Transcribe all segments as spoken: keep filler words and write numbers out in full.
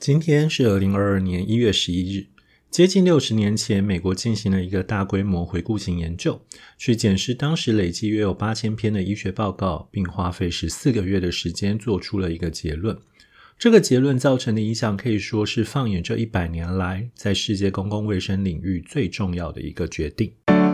今天是二零二二年一月十一日，接近六十年前，美国进行了一个大规模回顾型研究，去检视当时累计约有八千篇的医学报告，并花费十四个月的时间做出了一个结论。这个结论造成的影响可以说是放眼这一百年来，在世界公共卫生领域最重要的一个决定。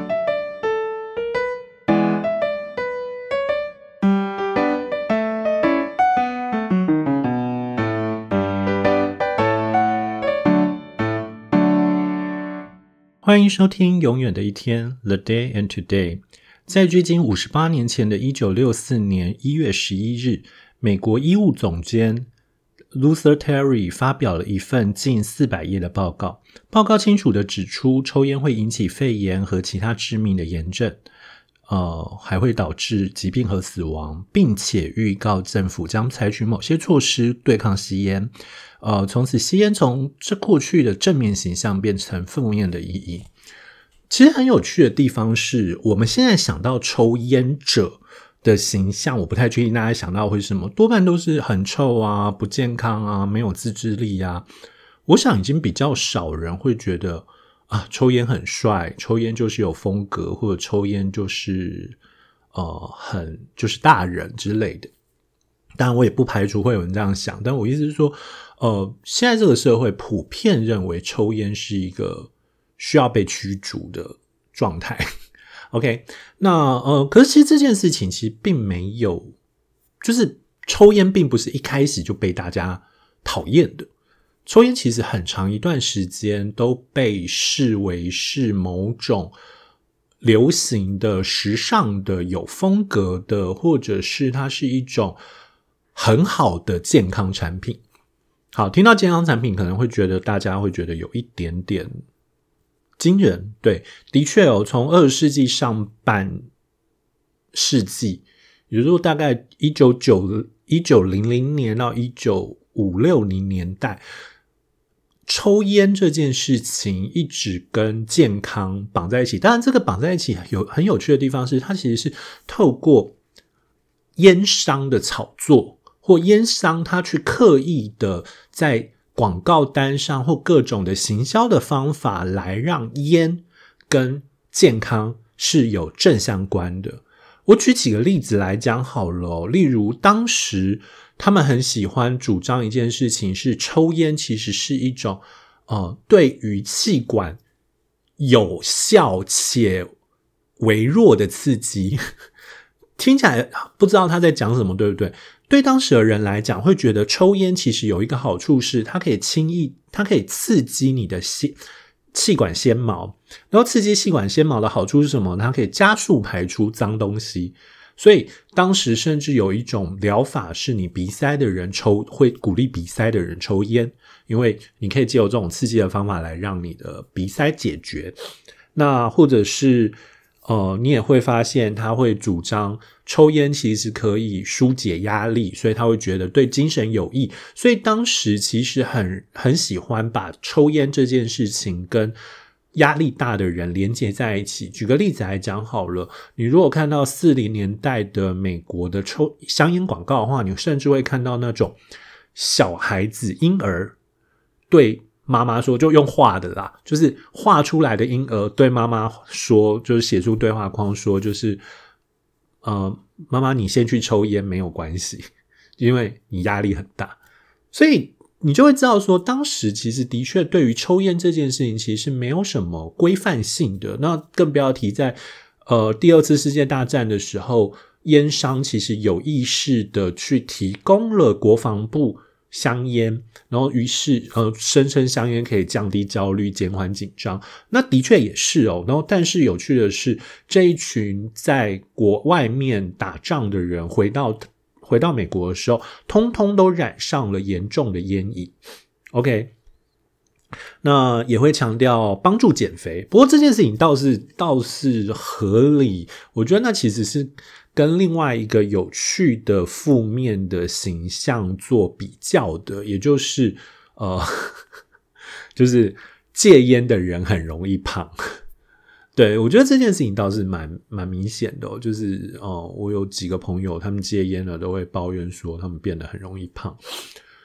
欢迎收听永远的一天 The Day and Today。 在距今五十八年前的一九六四年一月十一日，美国医务总监 Luther Terry 发表了一份近四百页的报告。报告清楚地指出，抽烟会引起肺炎和其他致命的炎症，呃，还会导致疾病和死亡，并且预告政府将采取某些措施对抗吸烟。呃，从此吸烟从这过去的正面形象变成负面的意义。其实很有趣的地方是，我们现在想到抽烟者的形象，我不太确定大家想到会是什么，多半都是很臭啊、不健康啊、没有自制力啊。我想已经比较少人会觉得啊，抽烟很帅，抽烟就是有风格，或者抽烟就是呃很就是大人之类的。当然我也不排除会有人这样想，但我意思是说呃，现在这个社会普遍认为抽烟是一个需要被驱逐的状态。OK， 那呃，可是其实这件事情其实并没有，就是抽烟并不是一开始就被大家讨厌的。抽烟其实很长一段时间都被视为是某种流行的、时尚的、有风格的，或者是它是一种很好的健康产品。好，听到健康产品可能会觉得大家会觉得有一点点惊人。对，的确哦，从二十世纪上半世纪，也就是说大概一九零零年到一九五六零年代，抽烟这件事情一直跟健康绑在一起。当然这个绑在一起有很有趣的地方是，它其实是透过烟商的炒作，或烟商他去刻意的在广告单上或各种的行销的方法来让烟跟健康是有正相关的。我举几个例子来讲好了哦，例如当时他们很喜欢主张一件事情，是抽烟其实是一种呃对于气管有效且微弱的刺激。听起来不知道他在讲什么，对不对？对当时的人来讲，会觉得抽烟其实有一个好处是，它可以轻易，它可以刺激你的气管纤毛，然后刺激气管纤毛的好处是什么？它可以加速排出脏东西。所以当时甚至有一种疗法是，你鼻塞的人抽，会鼓励鼻塞的人抽烟，因为你可以借由这种刺激的方法来让你的鼻塞解决。那或者是呃，你也会发现他会主张抽烟其实可以疏解压力，所以他会觉得对精神有益。所以当时其实很很喜欢把抽烟这件事情跟压力大的人连接在一起。举个例子来讲好了，你如果看到四零年代的美国的抽香烟广告的话，你甚至会看到那种小孩子婴儿对妈妈说，就用画的啦，就是画出来的婴儿对妈妈说，就是写出对话框说，就是呃，妈妈你先去抽烟没有关系，因为你压力很大。所以你就会知道说，当时其实的确对于抽烟这件事情其实是没有什么规范性的。那更不要提在呃第二次世界大战的时候，烟商其实有意识的去提供了国防部香烟，然后于是呃，声称香烟可以降低焦虑、减缓紧张。那的确也是哦。然后但是有趣的是，这一群在国外面打仗的人回到回到美国的时候，通通都染上了严重的烟瘾。OK， 那也会强调帮助减肥。不过这件事情倒是倒是合理，我觉得那其实是跟另外一个有趣的负面的形象做比较的，也就是呃，就是戒烟的人很容易胖。对，我觉得这件事情倒是蛮蛮明显的哦，就是哦，我有几个朋友他们戒烟了都会抱怨说他们变得很容易胖。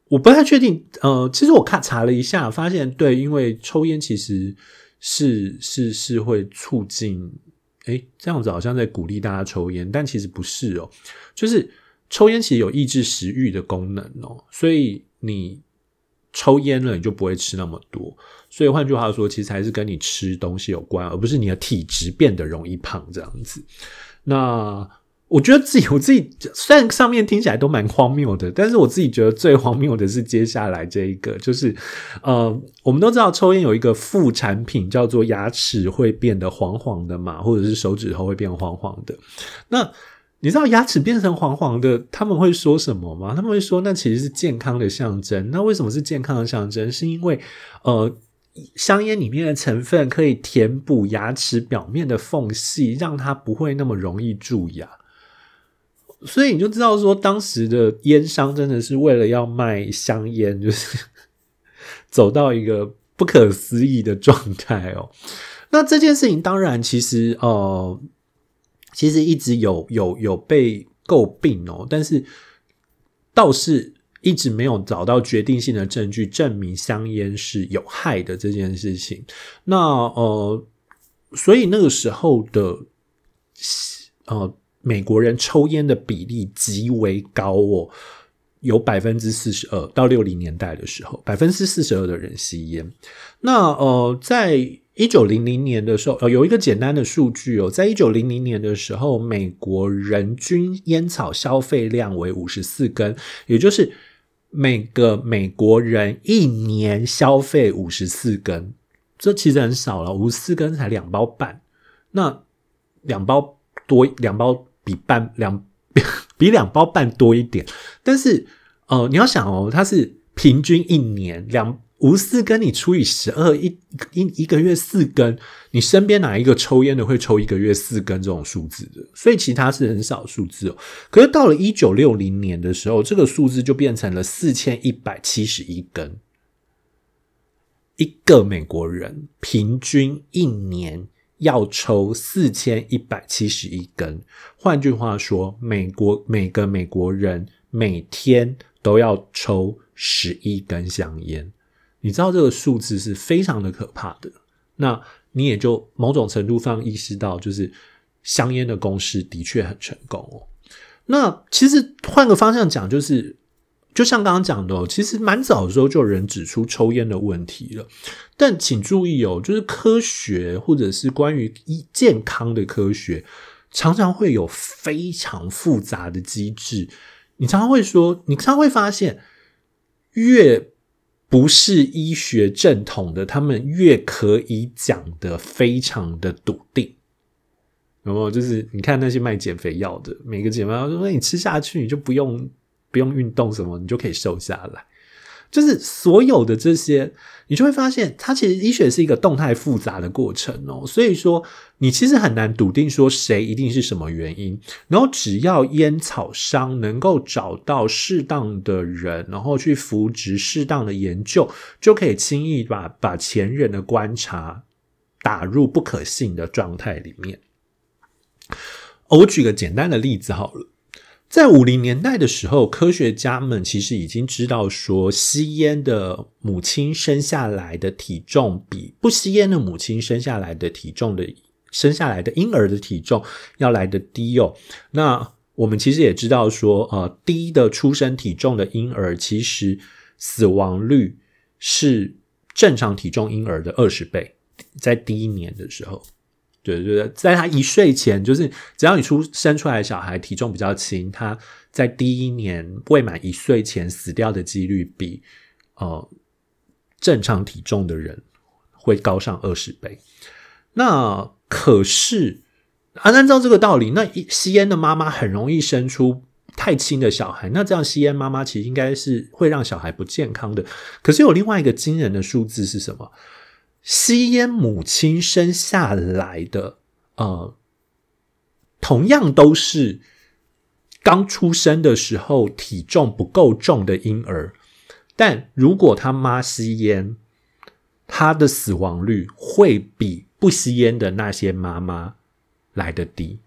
我不太确定，呃，其实我看查了一下，发现对，因为抽烟其实是是是会促进，诶，这样子好像在鼓励大家抽烟，但其实不是哦，就是抽烟其实有抑制食欲的功能哦，所以你抽烟了，你就不会吃那么多，所以换句话说，其实还是跟你吃东西有关，而不是你的体质变得容易胖这样子。那我觉得自己我自己虽然上面听起来都蛮荒谬的，但是我自己觉得最荒谬的是接下来这一个，就是呃，我们都知道抽烟有一个副产品叫做牙齿会变得黄黄的嘛，或者是手指头会变黄黄的。那你知道牙齿变成黄黄的他们会说什么吗？他们会说那其实是健康的象征。那为什么是健康的象征？是因为呃香烟里面的成分可以填补牙齿表面的缝隙，让它不会那么容易蛀牙。所以你就知道说当时的烟商真的是为了要卖香烟，就是走到一个不可思议的状态哦。那这件事情当然其实呃其实一直有有有被诟病哦，但是倒是一直没有找到决定性的证据证明香烟是有害的这件事情。那呃所以那个时候的呃美国人抽烟的比例极为高哦，有 百分之四十二 到六零年代的时候 百分之四十二 的人吸烟。那呃在一九零零年的时候、呃、有一个简单的数据哦，在一九零零年的时候美国人均烟草消费量为五十四根，也就是每个美国人一年消费五十四根，这其实很少了，五十四根才两包半，那两包多两包比半两比两包半多一点，但是呃你要想哦，它是平均一年两五十四根，你除以十二，一一一个月四根，你身边哪一个抽烟的会抽一个月四根这种数字的？所以其他是很少数字哦。可是到了一九六零年的时候，这个数字就变成了四千一百七十一根，一个美国人平均一年要抽四千一百七十一根，换句话说，美国每个美国人每天都要抽十一根香烟。你知道这个数字是非常的可怕的，那你也就某种程度上意识到，就是香烟的公式的确很成功哦。那其实换个方向讲，就是就像刚刚讲的哦，其实蛮早的时候就有人指出抽烟的问题了。但请注意哦，就是科学或者是关于健康的科学，常常会有非常复杂的机制。你常常会说，你常常会发现，越不是医学正统的，他们越可以讲得非常的笃定。有没有？就是你看那些卖减肥药的，每个减肥药说你吃下去，你就不用不用运动什么，你就可以瘦下来。就是所有的这些，你就会发现它其实医学是一个动态复杂的过程哦，所以说你其实很难笃定说谁一定是什么原因，然后只要烟草商能够找到适当的人，然后去扶植适当的研究，就可以轻易把把前人的观察打入不可信的状态里面。我举个简单的例子好了，在五零年代的时候，科学家们其实已经知道说，吸烟的母亲生下来的体重比不吸烟的母亲生下来的体重的生下来的婴儿的体重要来得低哦。那我们其实也知道说，呃，低的出生体重的婴儿其实死亡率是正常体重婴儿的二十倍，在第一年的时候。对对对，在他一岁前，就是只要你出生出来的小孩体重比较轻，他在第一年未满一岁前死掉的几率比呃正常体重的人会高上二十倍。那可是按照这个道理，那吸烟的妈妈很容易生出太轻的小孩，那这样吸烟妈妈其实应该是会让小孩不健康的。可是有另外一个惊人的数字是什么？吸烟母亲生下来的呃，同样都是刚出生的时候体重不够重的婴儿，但如果他妈吸烟，他的死亡率会比不吸烟的那些妈妈来得低。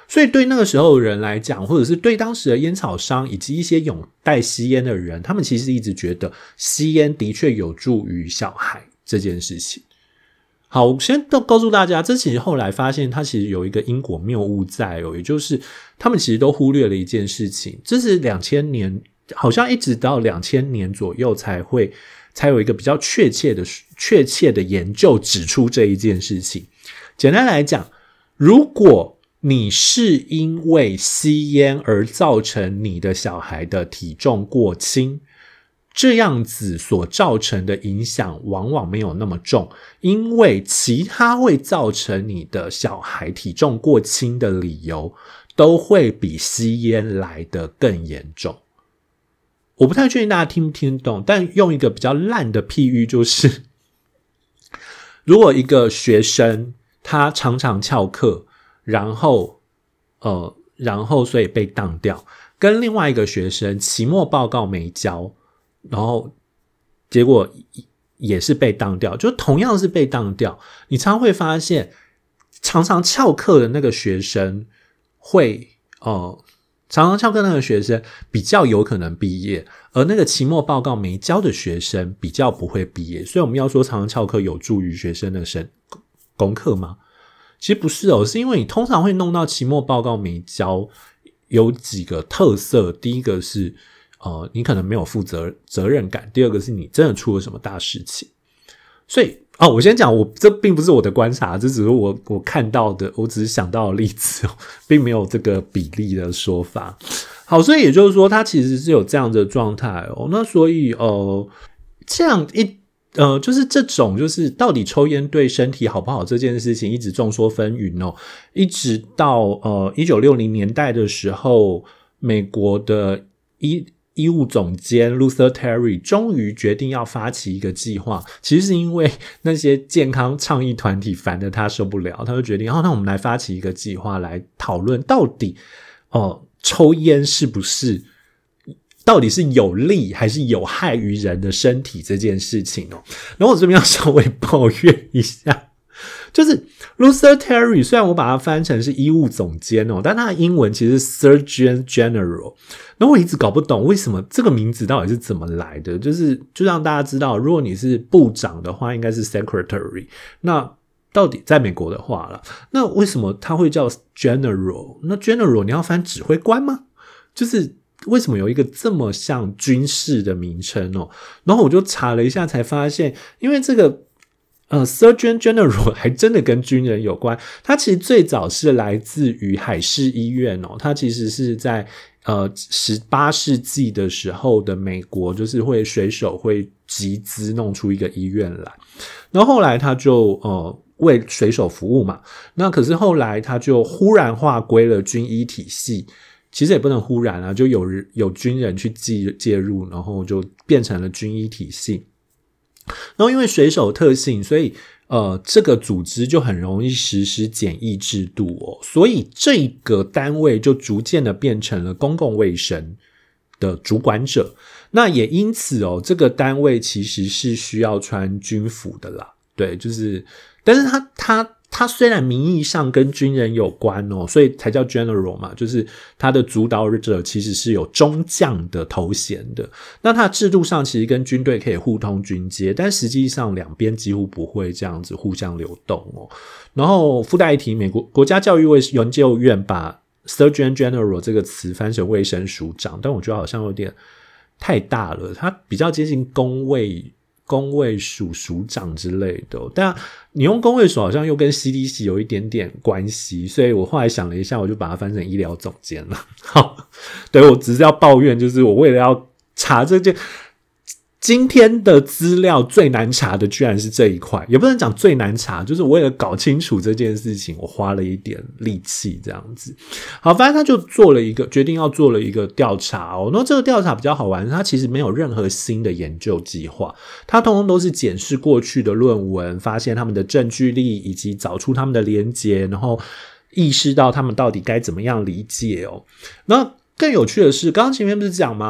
所以对那个时候的人来讲，或者是对当时的烟草商以及一些拥戴吸烟的人，他们其实一直觉得吸烟的确有助于小孩这件事情。好，我先都告诉大家，这其实后来发现它其实有一个因果谬误在哦，也就是他们其实都忽略了一件事情，这是两千年，好像一直到两千年左右才会才有一个比较确切的确切的研究指出这一件事情。简单来讲，如果你是因为吸烟而造成你的小孩的体重过轻，这样子所造成的影响往往没有那么重，因为其他会造成你的小孩体重过轻的理由都会比吸烟来得更严重。我不太确定大家听不听懂，但用一个比较烂的譬喻，就是如果一个学生他常常翘课，然后呃，然后所以被当掉，跟另外一个学生期末报告没交，然后结果也是被当掉，就同样是被当掉，你常常会发现常常翘课的那个学生会呃，常常翘课那个学生比较有可能毕业，而那个期末报告没交的学生比较不会毕业。所以我们要说常常翘课有助于学生的生功课吗？其实不是哦，是因为你通常会弄到期末报告没交，有几个特色。第一个是呃，你可能没有负责责任感，第二个是你真的出了什么大事情。所以哦，我先讲，我这并不是我的观察，这只是我我看到的，我只是想到的例子哦，并没有这个比例的说法。好，所以也就是说，它其实是有这样的状态哦。那所以呃，这样一呃，就是这种就是到底抽烟对身体好不好这件事情，一直众说纷纭哦，一直到呃一九六零年代的时候，美国的医医务总监 Luther Terry 终于决定要发起一个计划，其实是因为那些健康倡议团体烦得他受不了，他就决定，哦，那我们来发起一个计划来讨论到底哦、呃，抽烟是不是到底是有利还是有害于人的身体这件事情哦。然后我这边要稍微抱怨一下，就是 Luther Terry 虽然我把它翻成是医务总监哦，但他的英文其实是 Surgeon General。然后我一直搞不懂为什么这个名字到底是怎么来的，就是就让大家知道，如果你是部长的话应该是 Secretary， 那到底在美国的话啦，那为什么他会叫 General？ 那 General 你要翻指挥官吗？就是为什么有一个这么像军事的名称哦？然后我就查了一下才发现，因为这个呃 Surgeon General 还真的跟军人有关，它其实最早是来自于海事医院哦，它其实是在呃十八世纪的时候的美国，就是会水手会集资弄出一个医院来，然后后来他就呃为水手服务嘛，那可是后来他就忽然划归了军医体系。其实也不能忽然啊，就有有军人去介入，然后就变成了军医体系。然后因为水手特性，所以呃这个组织就很容易实施检疫制度哦，所以这个单位就逐渐的变成了公共卫生的主管者。那也因此哦，这个单位其实是需要穿军服的啦，对，就是但是他他他虽然名义上跟军人有关哦，所以才叫 General 嘛，就是他的主导者其实是有中将的头衔的。那他制度上其实跟军队可以互通军阶，但实际上两边几乎不会这样子互相流动哦。然后附带一提，美国国家教育研究院把 Surgeon General 这个词翻成卫生署长，但我觉得好像有点太大了，它比较接近公卫公卫署署长之类的，但你用公卫署好像又跟 C D C 有一点点关系，所以我后来想了一下，我就把它翻成医疗总监了。好，对，我只是要抱怨，就是我为了要查这件今天的资料最难查的居然是这一块，也不能讲最难查，就是我为了搞清楚这件事情，我花了一点力气这样子。好，反正他就做了一个决定，要做了一个调查哦。那这个调查比较好玩，它其实没有任何新的研究计划，它通通都是检视过去的论文，发现他们的证据力，以及找出他们的连结，然后意识到他们到底该怎么样理解哦。那更有趣的是，刚刚前面不是讲吗？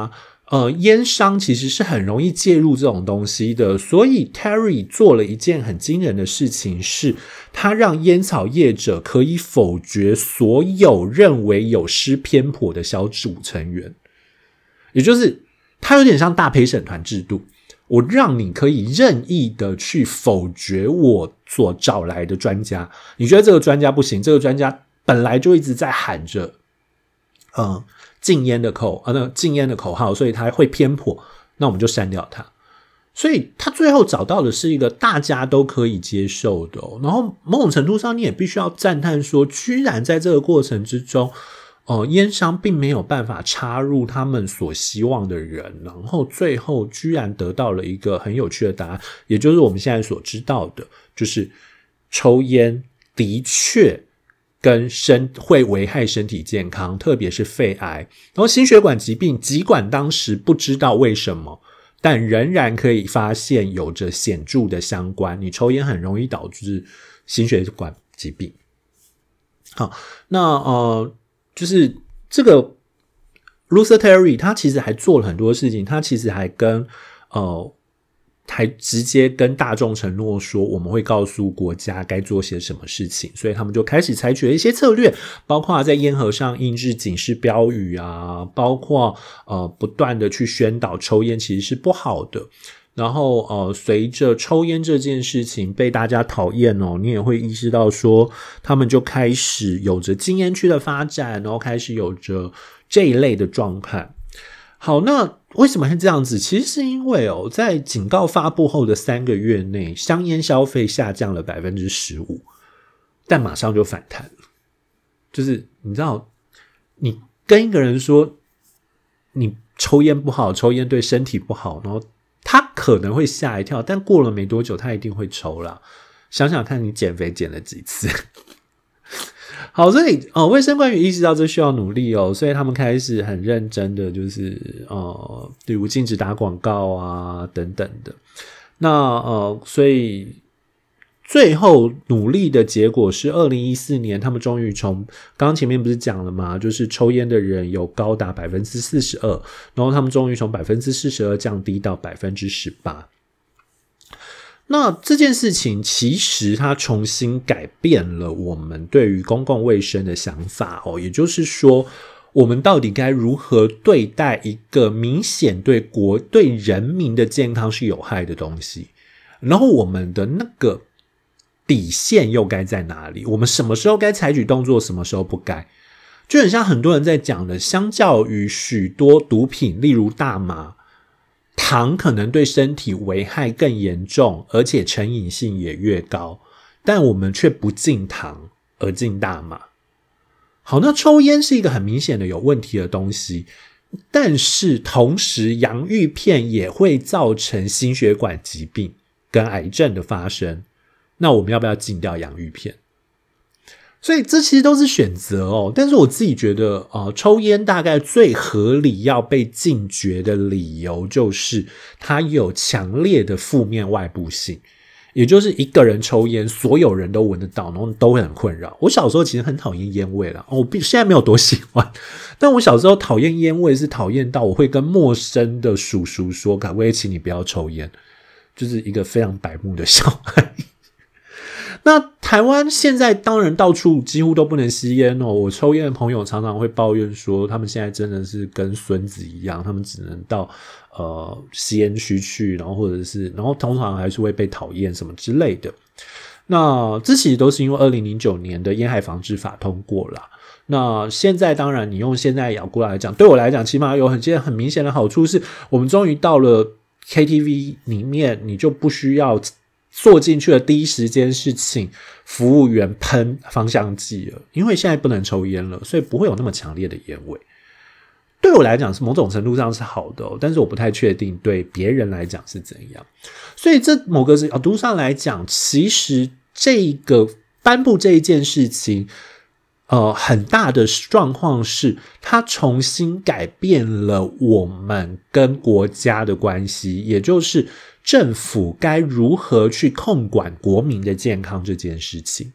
呃，烟商其实是很容易介入这种东西的，所以 Terry 做了一件很惊人的事情，是他让烟草业者可以否决所有认为有失偏颇的小组成员，也就是他有点像大陪审团制度，我让你可以任意的去否决我所找来的专家，你觉得这个专家不行，这个专家本来就一直在喊着嗯禁烟的口啊，那禁烟的口号，所以他会偏颇，那我们就删掉他。所以他最后找到的是一个大家都可以接受的、哦、然后某种程度上你也必须要赞叹说，居然在这个过程之中呃，烟商并没有办法插入他们所希望的人，然后最后居然得到了一个很有趣的答案，也就是我们现在所知道的，就是抽烟的确跟身会危害身体健康，特别是肺癌，然后心血管疾病，疾管当时不知道为什么，但仍然可以发现有着显著的相关，你抽烟很容易导致心血管疾病。好，那呃就是这个 Luther Terry 他其实还做了很多事情，他其实还跟呃还直接跟大众承诺说我们会告诉国家该做些什么事情，所以他们就开始采取了一些策略，包括在烟盒上印制警示标语啊，包括呃不断的去宣导抽烟其实是不好的。然后呃，随着抽烟这件事情被大家讨厌哦，你也会意识到说他们就开始有着禁烟区的发展，然后开始有着这一类的状态。好，那为什么会这样子？其实是因为哦，在警告发布后的三个月内，香烟消费下降了 百分之十五， 但马上就反弹了。就是你知道，你跟一个人说你抽烟不好，抽烟对身体不好，然后他可能会吓一跳，但过了没多久他一定会抽啦。想想看你减肥减了几次。好，所以呃，卫生官员意识到这需要努力哦，所以他们开始很认真的就是呃，例如禁止打广告啊等等的。那呃，所以最后努力的结果是二零一四年他们终于从刚刚前面不是讲了吗，就是抽烟的人有高达 百分之四十二， 然后他们终于从 百分之四十二 降低到 百分之十八。那这件事情其实它重新改变了我们对于公共卫生的想法哦，也就是说我们到底该如何对待一个明显对国对人民的健康是有害的东西，然后我们的那个底线又该在哪里，我们什么时候该采取动作，什么时候不该。就很像很多人在讲的，相较于许多毒品，例如大麻，糖可能对身体危害更严重，而且成瘾性也越高，但我们却不禁糖而禁大麻。好，那抽烟是一个很明显的有问题的东西，但是同时洋芋片也会造成心血管疾病跟癌症的发生，那我们要不要禁掉洋芋片？所以这其实都是选择哦，但是我自己觉得呃，抽烟大概最合理要被禁绝的理由就是它有强烈的负面外部性，也就是一个人抽烟所有人都闻得到，然后都会很困扰。我小时候其实很讨厌烟味啦，我现在没有多喜欢，但我小时候讨厌烟味是讨厌到我会跟陌生的叔叔说可不可以请你不要抽烟，就是一个非常白目的小孩。那台湾现在当然到处几乎都不能吸烟哦，我抽烟的朋友常常会抱怨说他们现在真的是跟孙子一样，他们只能到呃吸烟区去，然后或者是然后通常还是会被讨厌什么之类的。那这其实都是因为二零零九年的烟害防治法通过了。那现在当然你用现在的角度来讲，对我来讲起码有很件很明显的好处，是我们终于到了 K T V 里面，你就不需要坐进去的第一时间是请服务员喷芳香剂了，因为现在不能抽烟了，所以不会有那么强烈的烟味。对我来讲是某种程度上是好的哦，但是我不太确定对别人来讲是怎样。所以这某个角度上来讲，其实这个颁布这一件事情呃，很大的状况是它重新改变了我们跟国家的关系，也就是政府该如何去控管国民的健康这件事情。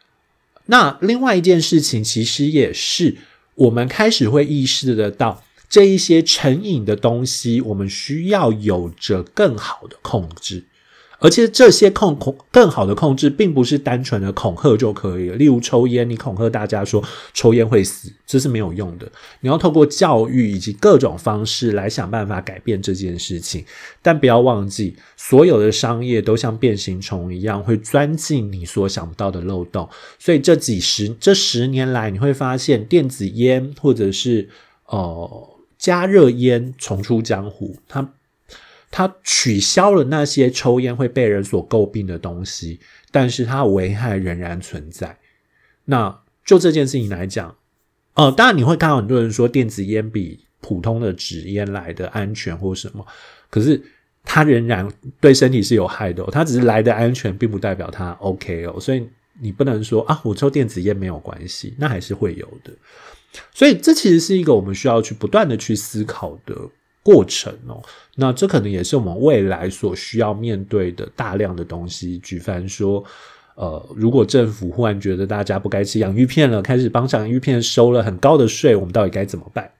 那另外一件事情其实也是我们开始会意识得到， 这一些成瘾的东西，我们需要有着更好的控制。而且这些控控更好的控制并不是单纯的恐吓就可以了，例如抽烟，你恐吓大家说抽烟会死，这是没有用的，你要透过教育以及各种方式来想办法改变这件事情。但不要忘记，所有的商业都像变形虫一样会钻进你所想不到的漏洞，所以这几十这十年来你会发现电子烟或者是呃加热烟重出江湖，它它取消了那些抽烟会被人所诟病的东西，但是它危害仍然存在。那就这件事情来讲，呃，当然你会看到很多人说电子烟比普通的纸烟来的安全或什么，可是它仍然对身体是有害的哦，它只是来的安全并不代表它 OK 哦，所以你不能说啊我抽电子烟没有关系，那还是会有的。所以这其实是一个我们需要去不断的去思考的过程哦，那这可能也是我们未来所需要面对的大量的东西。举凡说呃，如果政府忽然觉得大家不该吃洋芋片了，开始帮洋芋片收了很高的税，我们到底该怎么办？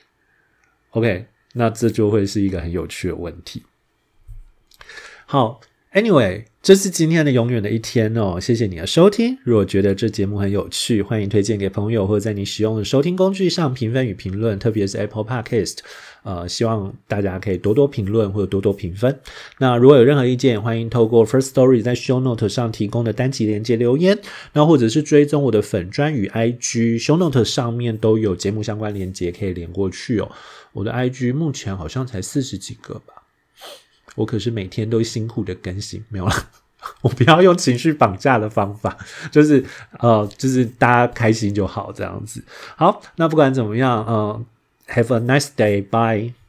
OK， 那这就会是一个很有趣的问题。好 Anyway， 这是今天的永远的一天哦，谢谢你的收听。如果觉得这节目很有趣，欢迎推荐给朋友，或者在你使用的收听工具上评分与评论，特别是 Apple Podcast， 呃，希望大家可以多多评论或者多多评分。那如果有任何意见，欢迎透过 First Story 在 Show Note 上提供的单集连结留言，那或者是追踪我的粉专与 I G， Show Note 上面都有节目相关连结可以连过去哦。我的 I G 目前好像才四十几个吧，我可是每天都辛苦的更新，没有啦，我不要用情绪绑架的方法，就是呃，就是大家开心就好这样子。好，那不管怎么样，呃 ，Have a nice day, bye.